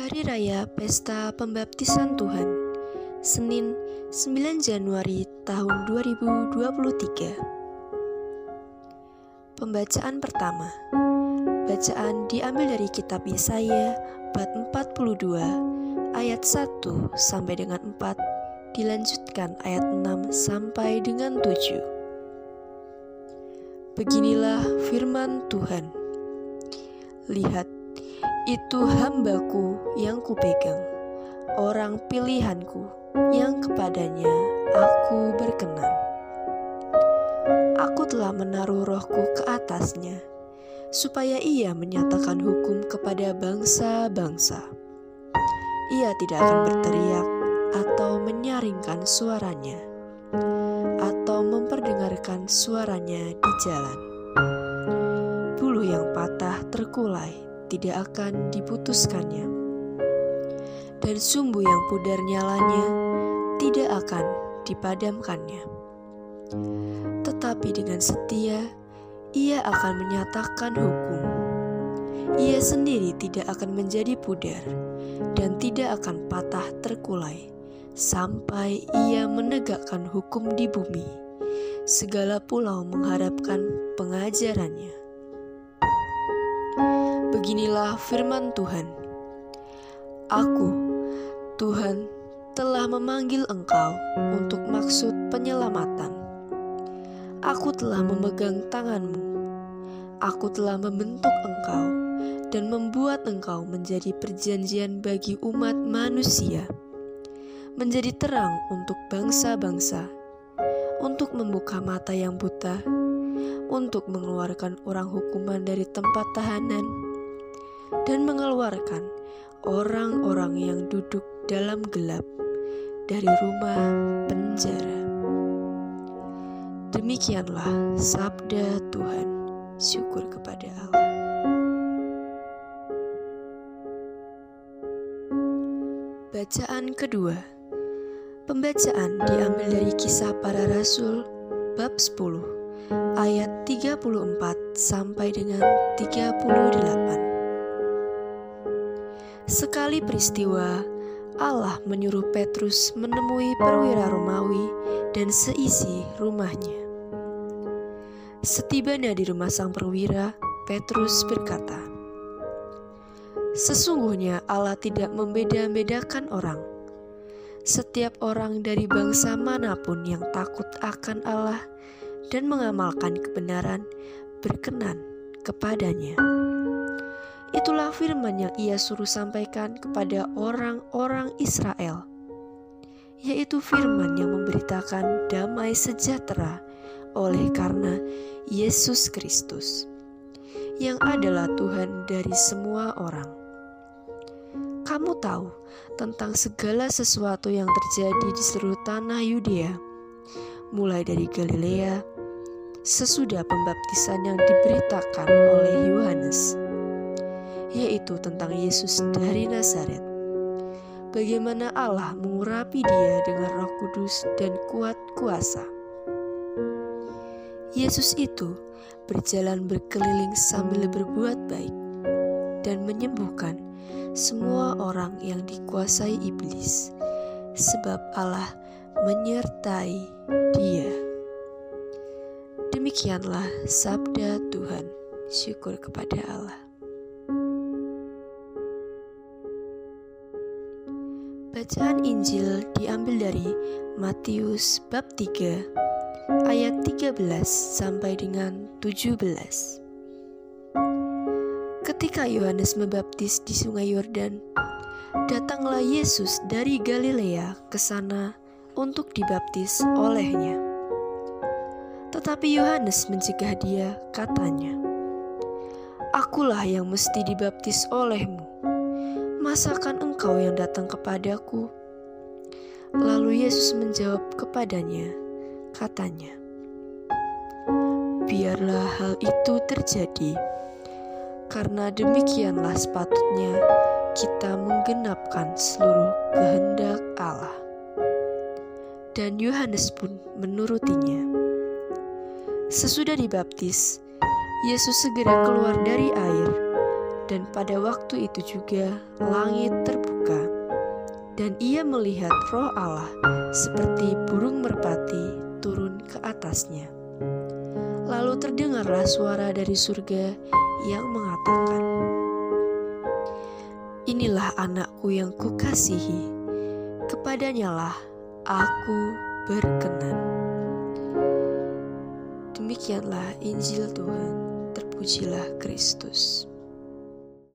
Hari Raya Pesta Pembaptisan Tuhan, Senin 9 Januari tahun 2023. Pembacaan pertama. Bacaan diambil dari kitab Yesaya bab 42 ayat 1 sampai dengan 4, dilanjutkan ayat 6 sampai dengan 7. Beginilah firman Tuhan. Lihat, itu hambaku yang kupegang, orang pilihanku yang kepadanya aku berkenan. Aku telah menaruh rohku ke atasnya, supaya ia menyatakan hukum kepada bangsa-bangsa. Ia tidak akan berteriak atau menyaringkan suaranya, atau memperdengarkan suaranya di jalan. Bulu yang patah terkulai tidak akan diputuskannya, dan sumbu yang pudar nyalanya tidak akan dipadamkannya. Tetapi dengan setia ia akan menyatakan hukum. Ia sendiri tidak akan menjadi pudar dan tidak akan patah terkulai sampai ia menegakkan hukum di bumi. Segala pulau mengharapkan pengajarannya. Beginilah firman Tuhan. Aku, Tuhan, telah memanggil engkau untuk maksud penyelamatan. Aku telah memegang tanganmu. Aku telah membentuk engkau dan membuat engkau menjadi perjanjian bagi umat manusia, menjadi terang untuk bangsa-bangsa, untuk membuka mata yang buta, untuk mengeluarkan orang hukuman dari tempat tahanan, dan mengeluarkan orang-orang yang duduk dalam gelap dari rumah penjara. Demikianlah sabda Tuhan. Syukur kepada Allah. Bacaan kedua. Pembacaan diambil dari Kisah Para Rasul bab 10 ayat 34 sampai dengan 38. Sekali peristiwa, Allah menyuruh Petrus menemui perwira Romawi dan seisi rumahnya. Setibanya di rumah sang perwira, Petrus berkata, "Sesungguhnya Allah tidak membeda-bedakan orang. Setiap orang dari bangsa manapun yang takut akan Allah dan mengamalkan kebenaran berkenan kepadanya." Itulah firman yang ia suruh sampaikan kepada orang-orang Israel, yaitu firman yang memberitakan damai sejahtera oleh karena Yesus Kristus, yang adalah Tuhan dari semua orang. Kamu tahu tentang segala sesuatu yang terjadi di seluruh tanah Yudea, mulai dari Galilea, sesudah pembaptisan yang diberitakan oleh Yohanes, yaitu tentang Yesus dari Nazaret, bagaimana Allah mengurapi dia dengan Roh Kudus dan kuat kuasa. Yesus itu berjalan berkeliling sambil berbuat baik dan menyembuhkan semua orang yang dikuasai iblis, sebab Allah menyertai dia. Demikianlah sabda Tuhan. Syukur kepada Allah. Bacaan Injil diambil dari Matius bab 3 ayat 13 sampai dengan 17. Ketika Yohanes membaptis di Sungai Yordan, datanglah Yesus dari Galilea ke sana untuk dibaptis olehnya. Tetapi Yohanes mencegah dia, katanya, "Akulah yang mesti dibaptis olehmu. Masakan engkau yang datang kepadaku?" Lalu Yesus menjawab kepadanya, katanya, "Biarlah hal itu terjadi, karena demikianlah sepatutnya kita menggenapkan seluruh kehendak Allah." Dan Yohanes pun menurutinya. Sesudah dibaptis, Yesus segera keluar dari air, Dan pada waktu itu juga langit terbuka, dan ia melihat Roh Allah seperti burung merpati turun ke atasnya. Lalu terdengarlah suara dari surga yang mengatakan, "Inilah anakku yang kukasihi, kepadanyalah aku berkenan." Demikianlah Injil Tuhan, terpujilah Kristus.